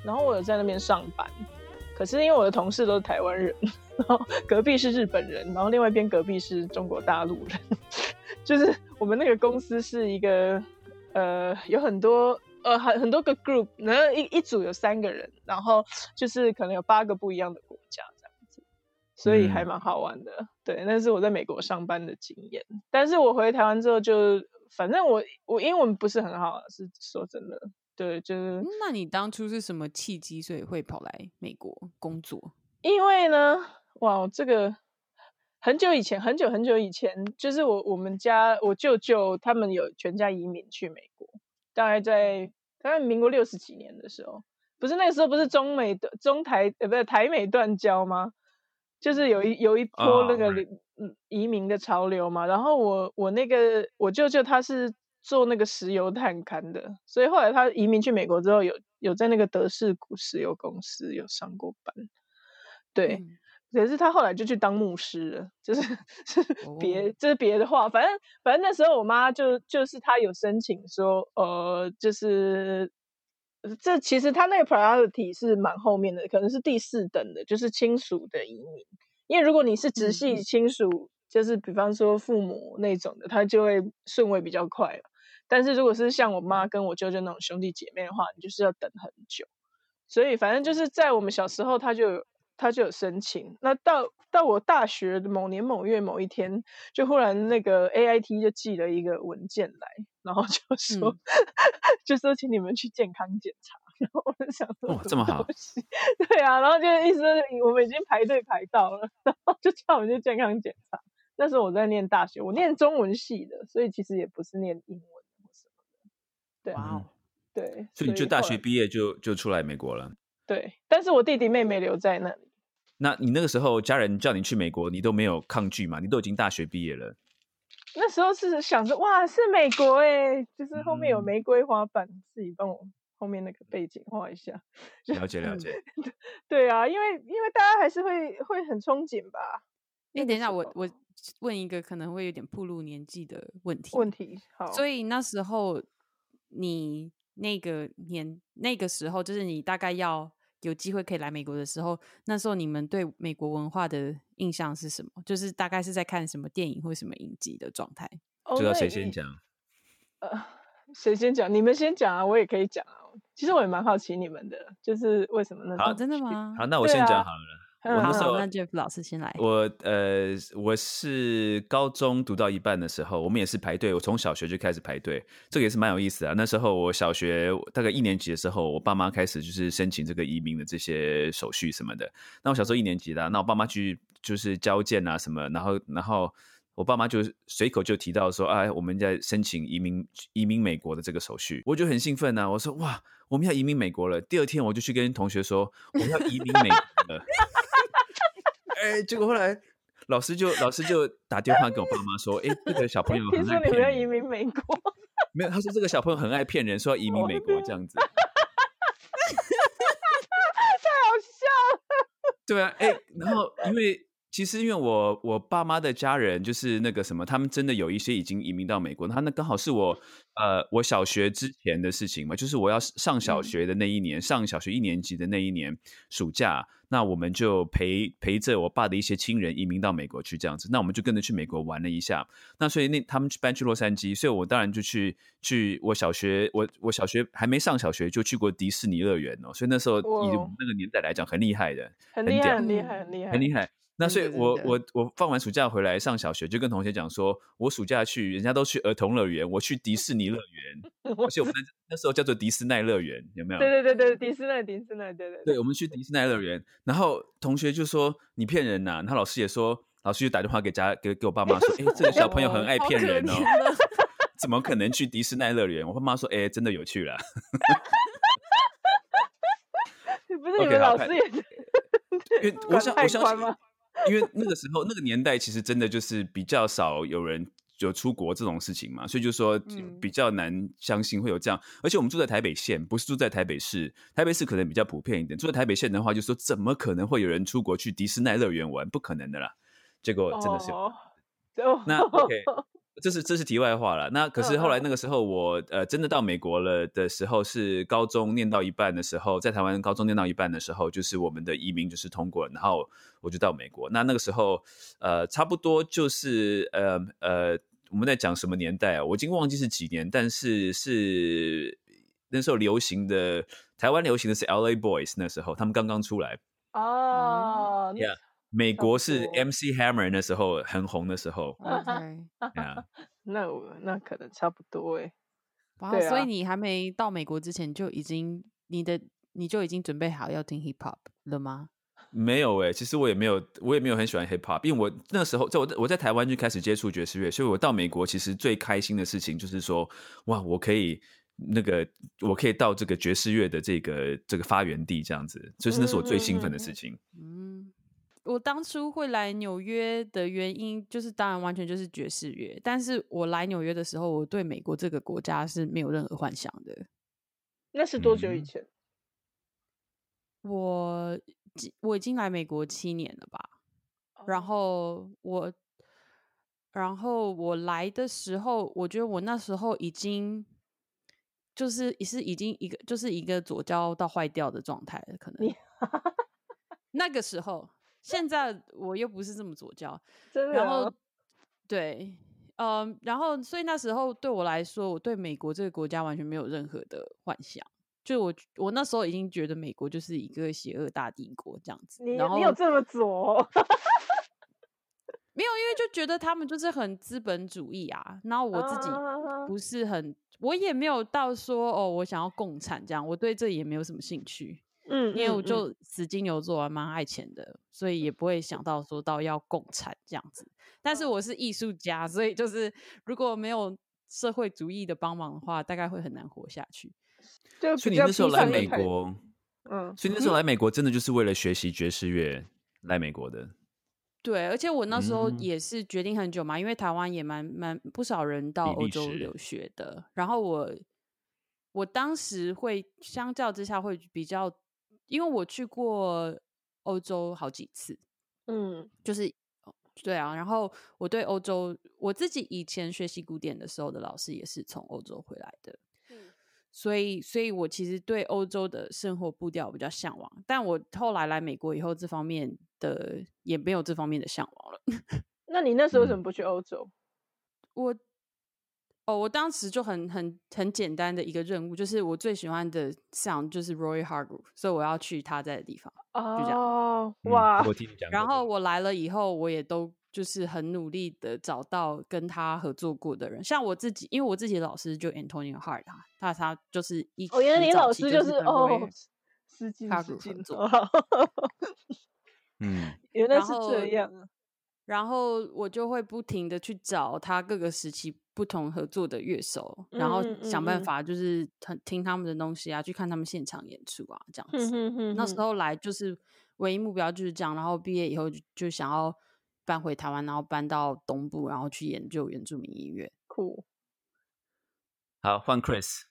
然后我有在那边上班，可是因为我的同事都是台湾人，然后隔壁是日本人，然后另外一边隔壁是中国大陆人，就是我们那个公司是一个有很多个 group， 然后一组有3个人，然后就是可能有8个不一样的国家这样子，所以还蛮好玩的。对，那是我在美国上班的经验。但是我回台湾之后就，反正我英文不是很好，是说真的。对，就是。 那你当初是什么契机，所以会跑来美国工作？ 因为呢，哇，这个很久以前，就是我们家我舅舅他们有全家移民去美国，大概民国60几年的时候，不是那个时候不是台美断交吗？就是有一波那个移民的潮流嘛。然后我舅舅他是做那个石油探勘的，所以后来他移民去美国之后有在那个德士古石油公司有上过班。对，可是他后来就去当牧师了，这是别的话。反正那时候我妈就是她有申请说，就是这其实他那个 priority 是蛮后面的，可能是第4等的，就是亲属的移民。因为如果你是直系亲属，就是比方说父母那种的，他就会顺位比较快了。但是如果是像我妈跟我舅舅那种兄弟姐妹的话，你就是要等很久。所以反正就是在我们小时候他就有申请。那到我大学的某年某月某一天，就忽然那个 AIT 就寄了一个文件来，然后就说就说请你们去健康检查。然后我就想说这么好。 对啊，然后就意思是我们已经排队排到了，然后就叫我们去健康检查。那时候我在念大学，我念中文系的，所以其实也不是念英文或什么的。对， 哇， 对， 所以你就大学毕业就出来美国了。 对，但是我弟弟妹妹留在那里。 那你那个时候家人叫你去美国，你都没有抗拒嘛？你都已经大学毕业了。 那时候是想着哇，是美国耶，就是后面有玫瑰花瓣，自己帮我后面那个背景画一下。 了解。 对啊，因为大家还是会很憧憬吧。 等一下，我问一个可能会有点暴露年纪的问题。 好。 所以那时候你那个时候，就是你大概要有机会可以来美国的时候，那时候你们对美国文化的印象是什么？就是大概是在看什么电影或什么影集的状态？ 知道谁先讲？ 谁先讲？你们先讲啊，我也可以讲啊。其实我也蛮好奇你们的，就是为什么那种。 真的吗？ 好，那我先讲好了。我那时候， 那 Jeff 老师先来。 我是高中读到一半的时候，我们也是排队，我从小学就开始排队，这个也是蛮有意思的。那时候我小学大概1年级的时候，我爸妈开始就是申请这个移民的这些手续什么的。那我小时候1年级的，那我爸妈去就是交件啊什么，然后我爸妈就随口就提到说，我们在申请移民美国的这个手续，我就很兴奋啊，我说哇，我们要移民美国了。第2天我就去跟同学说，我们要移民美国了。结果后来老师就打电话跟我爸妈说，这个小朋友很爱骗人。 听说你们要移民美国？ 没有，他说这个小朋友很爱骗人，说要移民美国这样子。 太好笑了。 对啊，然后因为我爸妈的家人就是那个什么，他们真的有一些已经移民到美国，那刚好是我小学之前的事情嘛，就是我要上小学的那一年，上小学1年级的那一年暑假，那我们就陪着我爸的一些亲人移民到美国去这样子，那我们就跟着去美国玩了一下。那所以他们搬去洛杉矶，所以我当然就去我小学还没上小学就去过迪士尼乐园哦，所以那时候以我们那个年代来讲很厉害的， 很厉害。 那所以我放完暑假回来上小学，就跟同学讲说，我暑假去，人家都去儿童乐园，我去迪士尼乐园，而且我们那时候叫做迪斯奈乐园，有没有？ 对，迪斯奈， 对，我们去迪斯奈乐园，然后同学就说你骗人呐，然后老师就打电话给我爸妈说，这个小朋友很爱骗人哦，怎么可能去迪斯奈乐园？我爸妈说，真的有去了。 不是你们老师也是？ 因为我相信。因为那个时候那个年代其实真的就是比较少有人有出国这种事情嘛，所以就说比较难相信会有这样。而且我们住在台北县，不是住在台北市，台北市可能比较普遍一点，住在台北县的话就说怎么可能会有人出国去迪士奈乐园玩，不可能的啦。结果真的是那 OK 这是题外话了。那可是后来那个时候我真的到美国了的时候，是高中念到一半的时候，在台湾高中念到一半的时候，就是我们的移民就是通过了，然后我就到美国。那个时候差不多就是我们在讲什么年代啊？我已经忘记是几年，但是那时候流行的台湾流行的是 LA Boys， 那时候他们刚刚出来哦。 Yeah， 美国是 MC Hammer 那时候很红的时候。 OK， Yeah， 那可能差不多哎。 哇，所以你还没到美国之前就已经你就已经准备好要听 hip hop 了吗？ 没有其实我也没有很喜欢 hip hop， 因为我那时候我在台湾就开始接触爵士乐，所以我到美国其实最开心的事情就是说，哇，我可以到这个爵士乐的这个发源地这样子，就是那是我最兴奋的事情。 我当初会来纽约的原因，就是当然完全就是爵士乐，但是我来纽约的时候，我对美国这个国家是没有任何幻想的。 那是多久以前？ 我已经来美国7年了吧。然后我来的时候，我觉得我那时候已经已经一个左交到坏掉的状态了，可能那个时候。现在我又不是这么左交， 真的。 然后对，然后所以那时候对我来说，我对美国这个国家完全没有任何的幻想。就我那时候已经觉得美国就是一个邪恶大帝国这样子。 你有这么左？ 没有，因为就觉得他们就是很资本主义啊。然后我自己不是很，我也没有到说我想要共产这样，我对这也没有什么兴趣。因为我就死金牛座，还蛮爱钱的，所以也不会想到说到要共产这样子。但是我是艺术家，所以就是如果没有社会主义的帮忙的话，大概会很难活下去。 所以你那时候来美国，所以那时候来美国真的就是为了学习爵士乐来美国的。 对，而且我那时候也是决定很久嘛，因为台湾也蛮不少人到欧洲留学的。然后我当时会相较之下会比较。因为我去过欧洲好几次，就是对啊，然后我对欧洲，我自己以前学习古典的时候的老师也是从欧洲回来的，所以我其实对欧洲的生活步调比较向往，但我后来来美国以后，这方面的也没有这方面的向往了。 那你那时候为什么不去欧洲？ 我当时就很简单的一个任务，就是我最喜欢的 sound 就是 Roy Hargrove， 所以我要去他在的地方。就这样。 哇！ 我听你讲过。 然后我来了以后，我也都就是很努力的找到跟他合作过的人，像我自己，因为我自己的老师就 Antonio Hart， 他就是原来你老师就是司机合作。 原来是这样。 然后我就会不停的去找他各个时期不同合作的乐手，然后想办法就是听他们的东西啊，去看他们现场演出啊，这样子。那时候来就是唯一目标就是这样，然后毕业以后就想要搬回台湾，然后搬到东部，然后去研究原住民音乐。 酷。 好，换 Chris。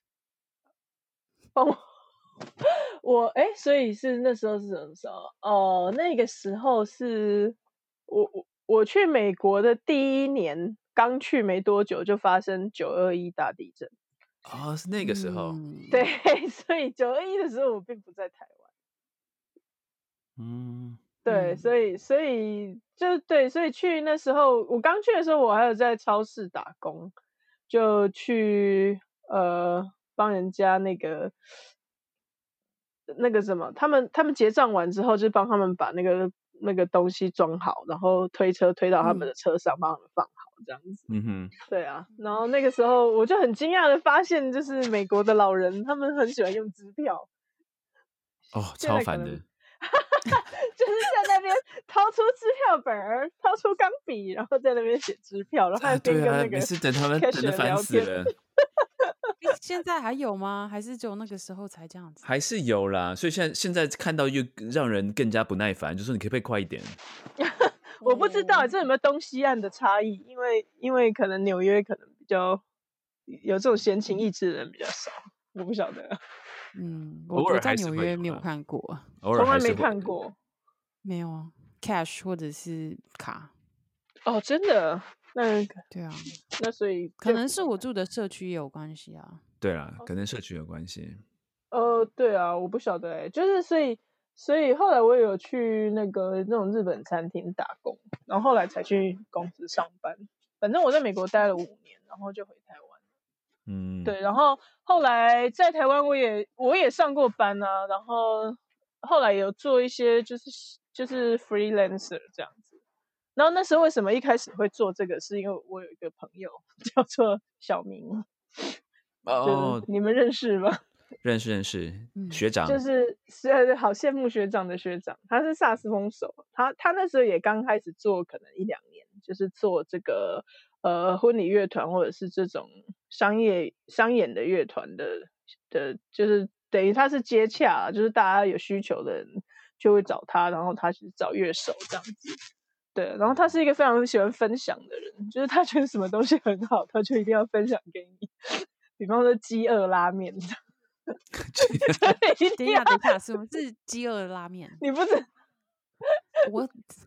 我所以是那时候是什么时候？那个时候是我去美国的第1年，刚去没多久就发生921大地震。 是那个时候。 对，所以921的时候我并不在台湾。对，所以就对，所以去那时候我刚去的时候，我还有在超市打工，就去帮人家那个什么，他们结账完之后，就帮他们把那个东西装好，然后推车推到他们的车上，帮他们放好这样子。对啊。然后那个时候我就很惊讶的发现，就是美国的老人他们很喜欢用支票。 超烦的。 就是在那边掏出支票本儿，掏出钢笔，然后在那边写支票，然后还边跟那个每次等他们等得烦死了。 现在还有吗？还是只有那个时候才这样子？ 还是有啦，所以现在看到又让人更加不耐烦，就说你可不可以快一点？ 我不知道这有没有东西岸的差异，因为可能纽约可能比较有这种闲情逸致的人比较少，我不晓得。 我在纽约没有看过， 从来没看过。 没有啊 ，cash 或者是卡。 真的。 对啊， 那所以可能是我住的社区也有关系啊。 对啦，可能社区有关系。 对啊，我不晓得就是所以后来我也有去那种日本餐厅打工，然后后来才去公司上班。反正我在美国待了5年，然后就回台湾。对，然后后来在台湾我也上过班啊，然后后来有做一些就是 freelancer 这样子。然后那时候为什么一开始会做这个，是因为我有一个朋友叫做小明，就是你们认识吗？ 认识学长， 就是好羡慕学长的学长，他是萨斯风手，他那时候也刚开始做，可能1-2年，就是做这个婚礼乐团或者是这种商演的乐团的，就是等于他是接洽，就是大家有需求的人就会找他，然后他去找乐手这样子。对，然后他是一个非常喜欢分享的人，就是他觉得什么东西很好，他就一定要分享给你。比方说饥饿拉面。 等一下，什么是饥饿拉面？ 你不是我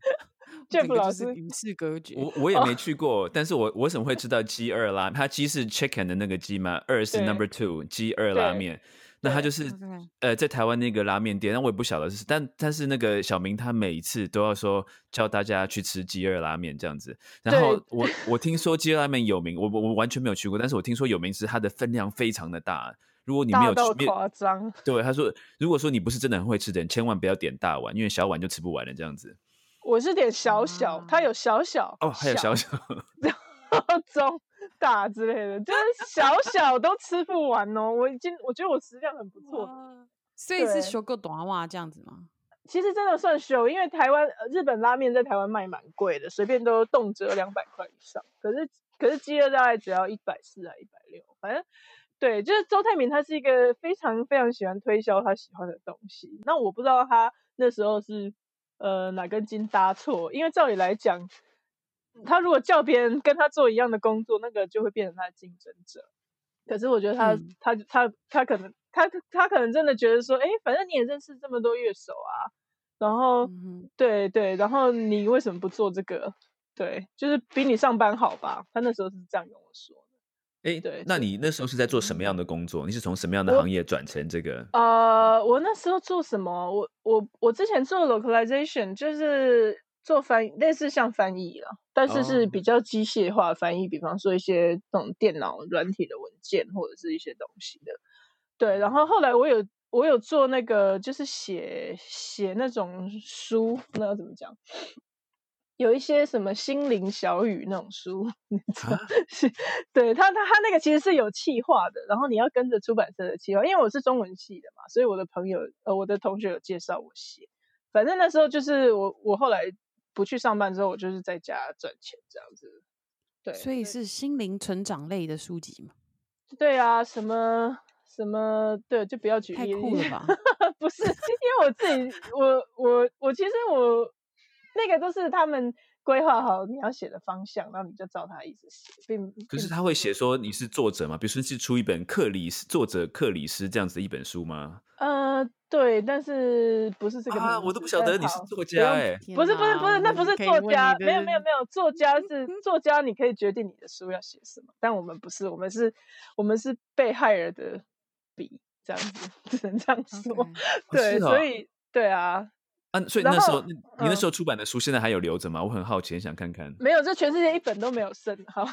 Jeff 老师与世隔绝。 我也没去过，但是我怎么会知道鸡2拉？它鸡是 chicken 的那个鸡吗？2是 number 2，鸡2拉面。那他就是在台湾那个拉面店，但我也不晓得是，但是那个小明他每一次都要说叫大家去吃鸡2拉面这样子。然后我听说鸡2拉面有名，我完全没有去过，但是我听说有名是它的分量非常的大。如果你没有大到夸张， 对，他说如果说你不是真的很会吃的人，千万不要点大碗，因为小碗就吃不完了这样子。 我是点小，它有小还有小中大之类的，就是小都吃不完哦。我觉得我食量很不错， 所以是修个短袜这样子吗？ 其实真的算修，因为日本拉面在台湾卖蛮贵的，随便都动辄200块以上。可是鸡2大概只要140还160，反正对，就是周泰明他是一个非常非常喜欢推销他喜欢的东西。那我不知道他那时候是哪根筋搭错，因为照理来讲，他如果叫别人跟他做一样的工作，那个就会变成他的竞争者。可是我觉得他可能真的觉得说，反正你也认识这么多乐手啊，然后对，然后你为什么不做这个？对，就是比你上班好吧？他那时候是这样跟我说的。对， 那你那时候是在做什么样的工作？你是从什么样的行业转成这个？ 我那时候做什么？我之前做 localization， 就是做翻译，类似像翻译啦，但是是比较机械化的翻译，比方说一些这种电脑软体的文件或者是一些东西的。对，然后后来我有做那个，就是写那种书，那要怎么讲？有一些什么心灵小语那种书，你知道？对，他那个其实是有企划的，然后你要跟着出版社的企划，因为我是中文系的嘛，所以我的我的同学有介绍我写。反正那时候就是我后来不去上班之后，我就是在家赚钱这样子。对， 所以是心灵成长类的书籍嘛？ 对啊，什么，对，就不要举例。 太酷了吧？ 不是，因为我自己，我其实那个都是他们规划好你要写的方向，然后你就照他意思写， 可是他会写说你是作者吗？比如说是出一本作者克里斯这样子的一本书吗？ 对，但是不是这个名字我都不晓得你是作家不是，那不是作家，没有，作家是作家，你可以决定你的书要写什么，但我们不是，我们是被害人的笔这样子，只能这样说。对，所以对啊。 所以那时候你那时候出版的书现在还有留着吗？我很好奇，想看看。 没有，这全世界一本都没有剩。好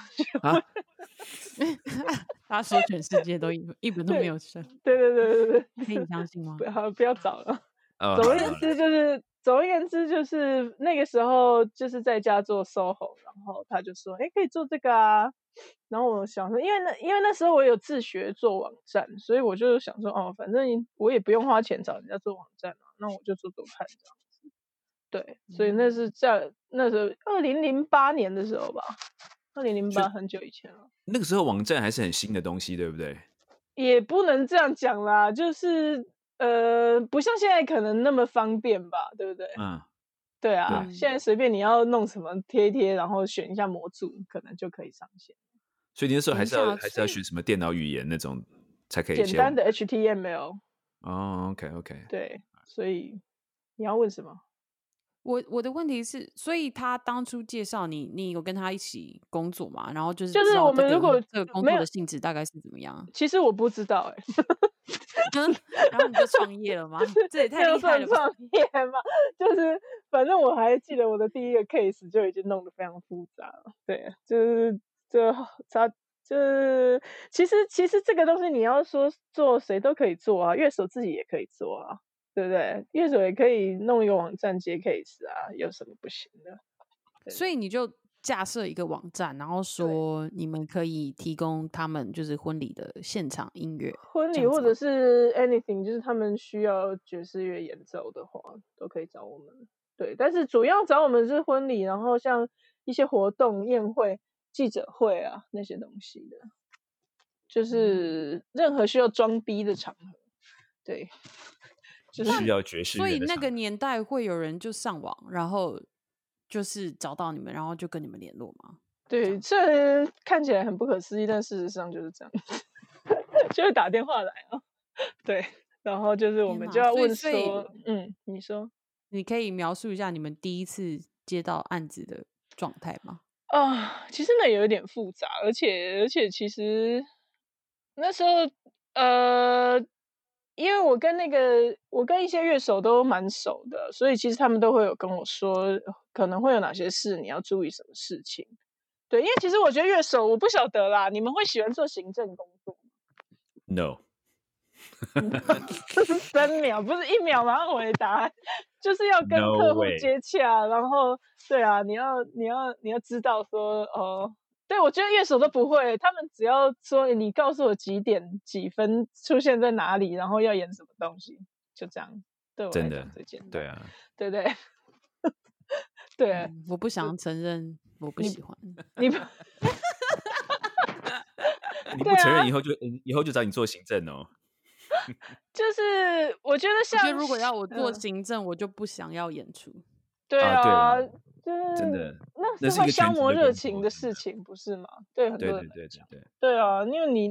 他说全世界都一本都没有剩。 对， 可以相信吗？ 不要找了。总而言之就是那个时候就是在家做 SOHO， 然后他就说可以做这个啊。然后我想说因为那时候我有自学做网站，所以我就想说反正我也不用花钱找人家做网站啊，那我就做做看这样子。对，所以那是在那时候2008年的时候吧，2008很久以前了。 那个时候网站还是很新的东西，对不对？ 也不能这样讲啦，就是不像现在可能那么方便吧，对不对？对啊，现在随便你要弄什么贴，然后选一下模组，可能就可以上线。 所以你那时候还是要学什么电脑语言那种才可以简单的 HTML。 OK。 对，所以你要问什么？ 我的问题是，所以他当初介绍你，你有跟他一起工作嘛？然后就是就是知道我们如果这个工没有， 作的性质大概是怎么样？ 其实我不知道然后你就创业了吗？这也太就厉害了吧！ 算创业嘛，就是反正我还记得我的第一个 case 就已经弄得非常复杂了。对，就是其实这个东西你要说做谁都可以做啊，乐手自己也可以做啊，对不对？乐手也可以弄一个网站接 case 啊，有什么不行的？ 所以你就架设一个网站，然后说你们可以提供他们就是婚礼的现场音乐， 婚礼或者是 anything， 就是他们需要爵士乐演奏的话，都可以找我们。对，但是主要找我们是婚礼，然后像一些活动、宴会、记者会啊那些东西的，就是任何需要装逼的场合，对，就是需要爵士乐的场合。 所以那个年代会有人就上网，然后就是找到你们，然后就跟你们联络吗？ 对，这看起来很不可思议，但事实上就是这样，就会打电话来啊，对，然后就是我们就要问说，你说， 你可以描述一下你们第一次接到案子的状态吗？ 其实那有一点复杂，而且其实那时候因为我跟一些乐手都蛮熟的，所以其实他们都会有跟我说可能会有哪些事你要注意什么事情。对，因为其实我觉得乐手我不晓得啦，你们会喜欢做行政工作吗？ No 3秒不是1秒马上回答，就是要跟 No 客户 way 接洽，然后对啊，你要知道说对，我觉得乐手都不会，他们只要说你告诉我几点几分出现在哪里，然后要演什么东西，就这样，对我来讲最简单。 对啊， 对不对？对， 我不想承认我不喜欢你不你不承认以后就找你做行政哦。 就是我觉得像， 我觉得如果要我做行政，我就不想要演出。 对啊， 对就是真的， 那是会消磨热情的的事情，不是吗？对很多人来讲， 对， 对啊，因为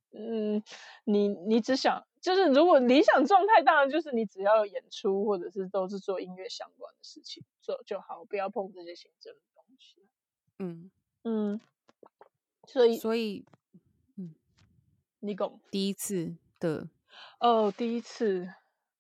你只想，就是如果理想状态，当然就是你只要有演出或者是都是做音乐相关的事情做就好，不要碰这些行政的东西。所以你讲第一次的第一次，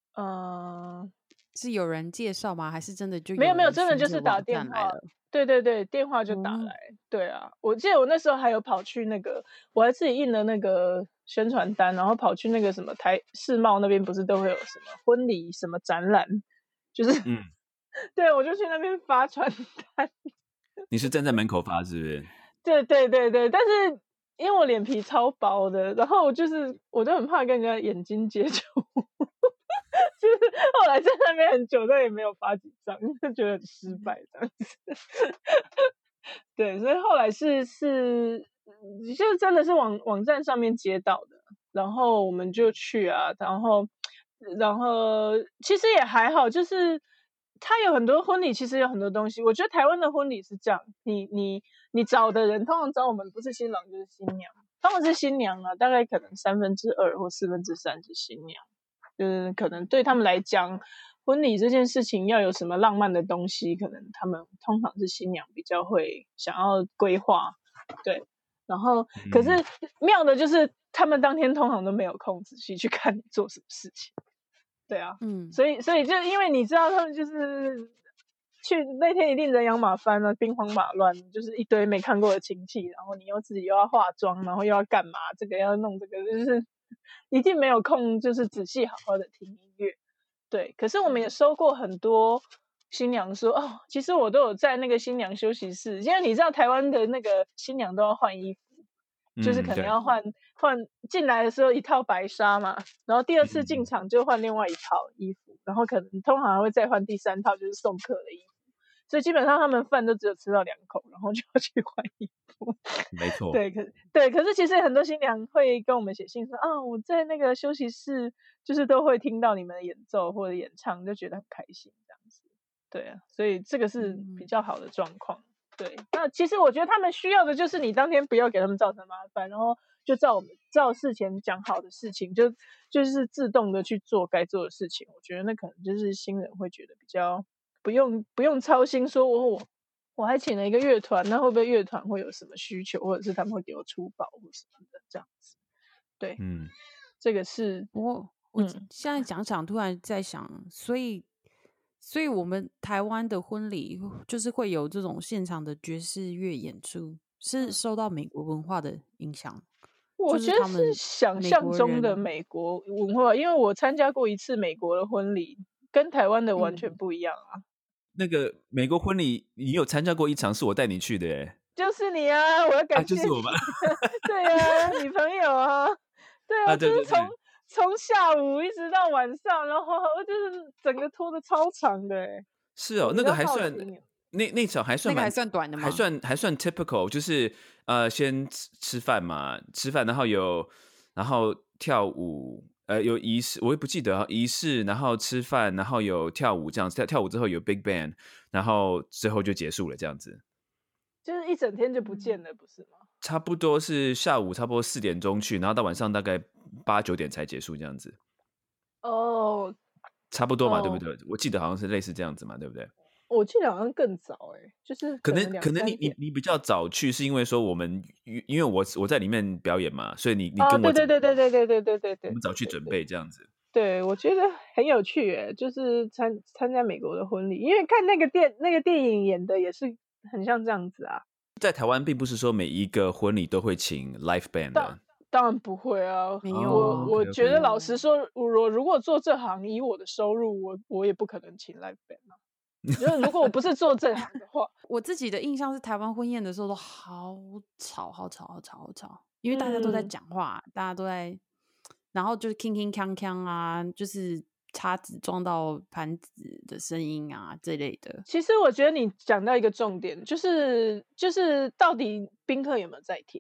是有人介绍吗？还是真的就没有，真的就是打电话。对，电话就打来。对啊，我记得我那时候还有跑去那个，我还自己印了那个宣传单，然后跑去那个什么世贸那边，不是都会有什么婚礼什么展览，就是对，我就去那边发传单。 你是站在门口发是不是？ 对，但是因为我脸皮超薄的，然后我都很怕跟人家眼睛接触。就是后来在那边很久，但也没有发几张，就觉得很失败这样子。对，所以后来是就真的是网站上面接到的，然后我们就去啊，然后其实也还好，就是他有很多婚礼，其实有很多东西。我觉得台湾的婚礼是这样，你找的人通常找我们不是新郎就是新娘，通常是新娘啊，大概可能2/3或3/4是新娘。就是可能对他们来讲，婚礼这件事情要有什么浪漫的东西，可能他们通常是新娘比较会想要规划，对。然后，可是妙的就是他们当天通常都没有空仔细去看你做什么事情，对啊，所以就因为你知道他们就是去那天一定人仰马翻啊，兵荒马乱，就是一堆没看过的亲戚，然后你自己又要化妆，然后又要干嘛，这个要弄这个，就是一定没有空，就是仔细好好的听音乐。对，可是我们也收过很多新娘说，其实我都有在那个新娘休息室，因为你知道台湾的那个新娘都要换衣服，就是可能要换进来的时候一套白纱嘛，然后第2次进场就换另外一套衣服，然后可能通常还会再换第3套，就是送客的衣服。所以基本上他们饭都只有吃到2口，然后就要去换衣服。 没错。 可是其实很多新娘会跟我们写信说，我在那个休息室，就是都会听到你们的演奏或者演唱，就觉得很开心这样子。对啊，所以这个是比较好的状况。对，那其实我觉得他们需要的就是你当天不要给他们造成麻烦，然后就照事前讲好的事情，就是自动的去做该做的事情。我觉得那可能就是新人会觉得比较不用操心说我还请了一个乐团，那会不会乐团会有什么需求，或者是他们会给我出保或什么的这样子。对，这个是我现在讲突然在想，所以我们台湾的婚礼就是会有这种现场的爵士乐演出，是受到美国文化的影响。 我觉得是想象中的美国文化，因为我参加过一次美国的婚礼，跟台湾的完全不一样啊。 那个美国婚礼，你有参加过一场，是我带你去的耶。 就是你啊，我要感谢你。 就是我吧。 对啊，女朋友啊。对啊，就是从下午一直到晚上，然后就是整个拖得超长的耶。 是哦，那个还算那场还算那个还算短的吗？ 还算 typical， 就是先吃饭嘛，然后跳舞，有仪式，我也不记得仪式，然后吃饭，然后有跳舞这样子，跳舞之后有 big band， 然后最后就结束了这样子。 就是一整天就不见了，不是吗？ 差不多是下午差不多4点钟去，然后到晚上大概8、9点才结束这样子。 哦， 差不多嘛，对不对？我记得好像是类似这样子嘛，对不对？ 我记得好像更早就是可能你比较早去，是因为说因为我在里面表演嘛，所以你跟我对， 我们早去准备这样子。 对，我觉得很有趣就是参加美国的婚礼，因为看那个电影演的也是很像这样子啊。 在台湾并不是说每一个婚礼都会请 live band 的， 当然不会啊。 没有， 我觉得老实说，我如果做这行，以我的收入，我也不可能请 live band 啊。就是如果我不是做这行的话， 我自己的印象是台湾婚宴的时候都好吵，因为大家都在讲话，大家都在，然后就是铿铿锵锵啊，就是叉子撞到盘子的声音啊这类的。 其实我觉得你讲到一个重点，就是到底宾客有没有在听？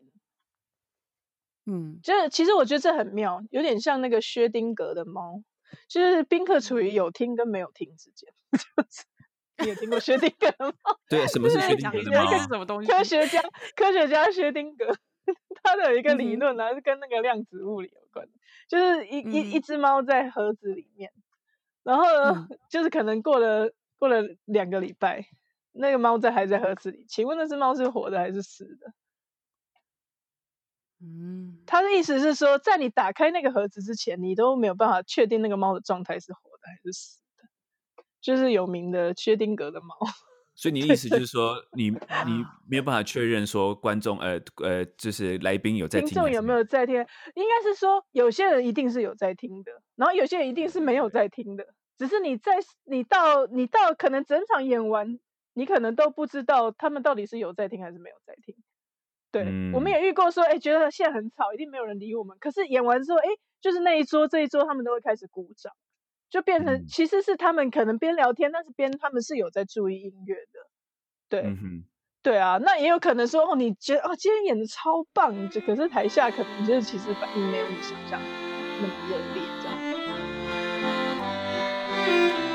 就是其实我觉得这很妙，有点像那个薛丁格的猫，就是宾客处于有听跟没有听之间。你有听过薛丁格的猫？ 对，什么是薛丁格的猫？ 是什么东西？ 科学家薛丁格，他的有一个理论呢，是跟那个量子物理有关的，就是一只猫在盒子里面，然后就是可能过了2个礼拜，那个猫还在盒子里，请问那只猫是活的还是死的？他的意思是说，在你打开那个盒子之前，你都没有办法确定那个猫的状态是活的还是死的，就是有名的薛丁格的猫。 所以你的意思就是说，你没有办法确认说观众就是来宾有在听， 听众有没有在听？应该是说有些人一定是有在听的，然后有些人一定是没有在听的。只是你到可能整场演完，你可能都不知道他们到底是有在听还是没有在听。对，我们也遇过说，觉得现在很吵，一定没有人理我们。可是演完之后，就是那一桌这一桌，他们都会开始鼓掌。就变成其实是他们可能边聊天，但是他们是有在注意音乐的，对，对啊，那也有可能说你觉得今天演的超棒，可是台下可能就是其实反应没有你想象那么热烈这样。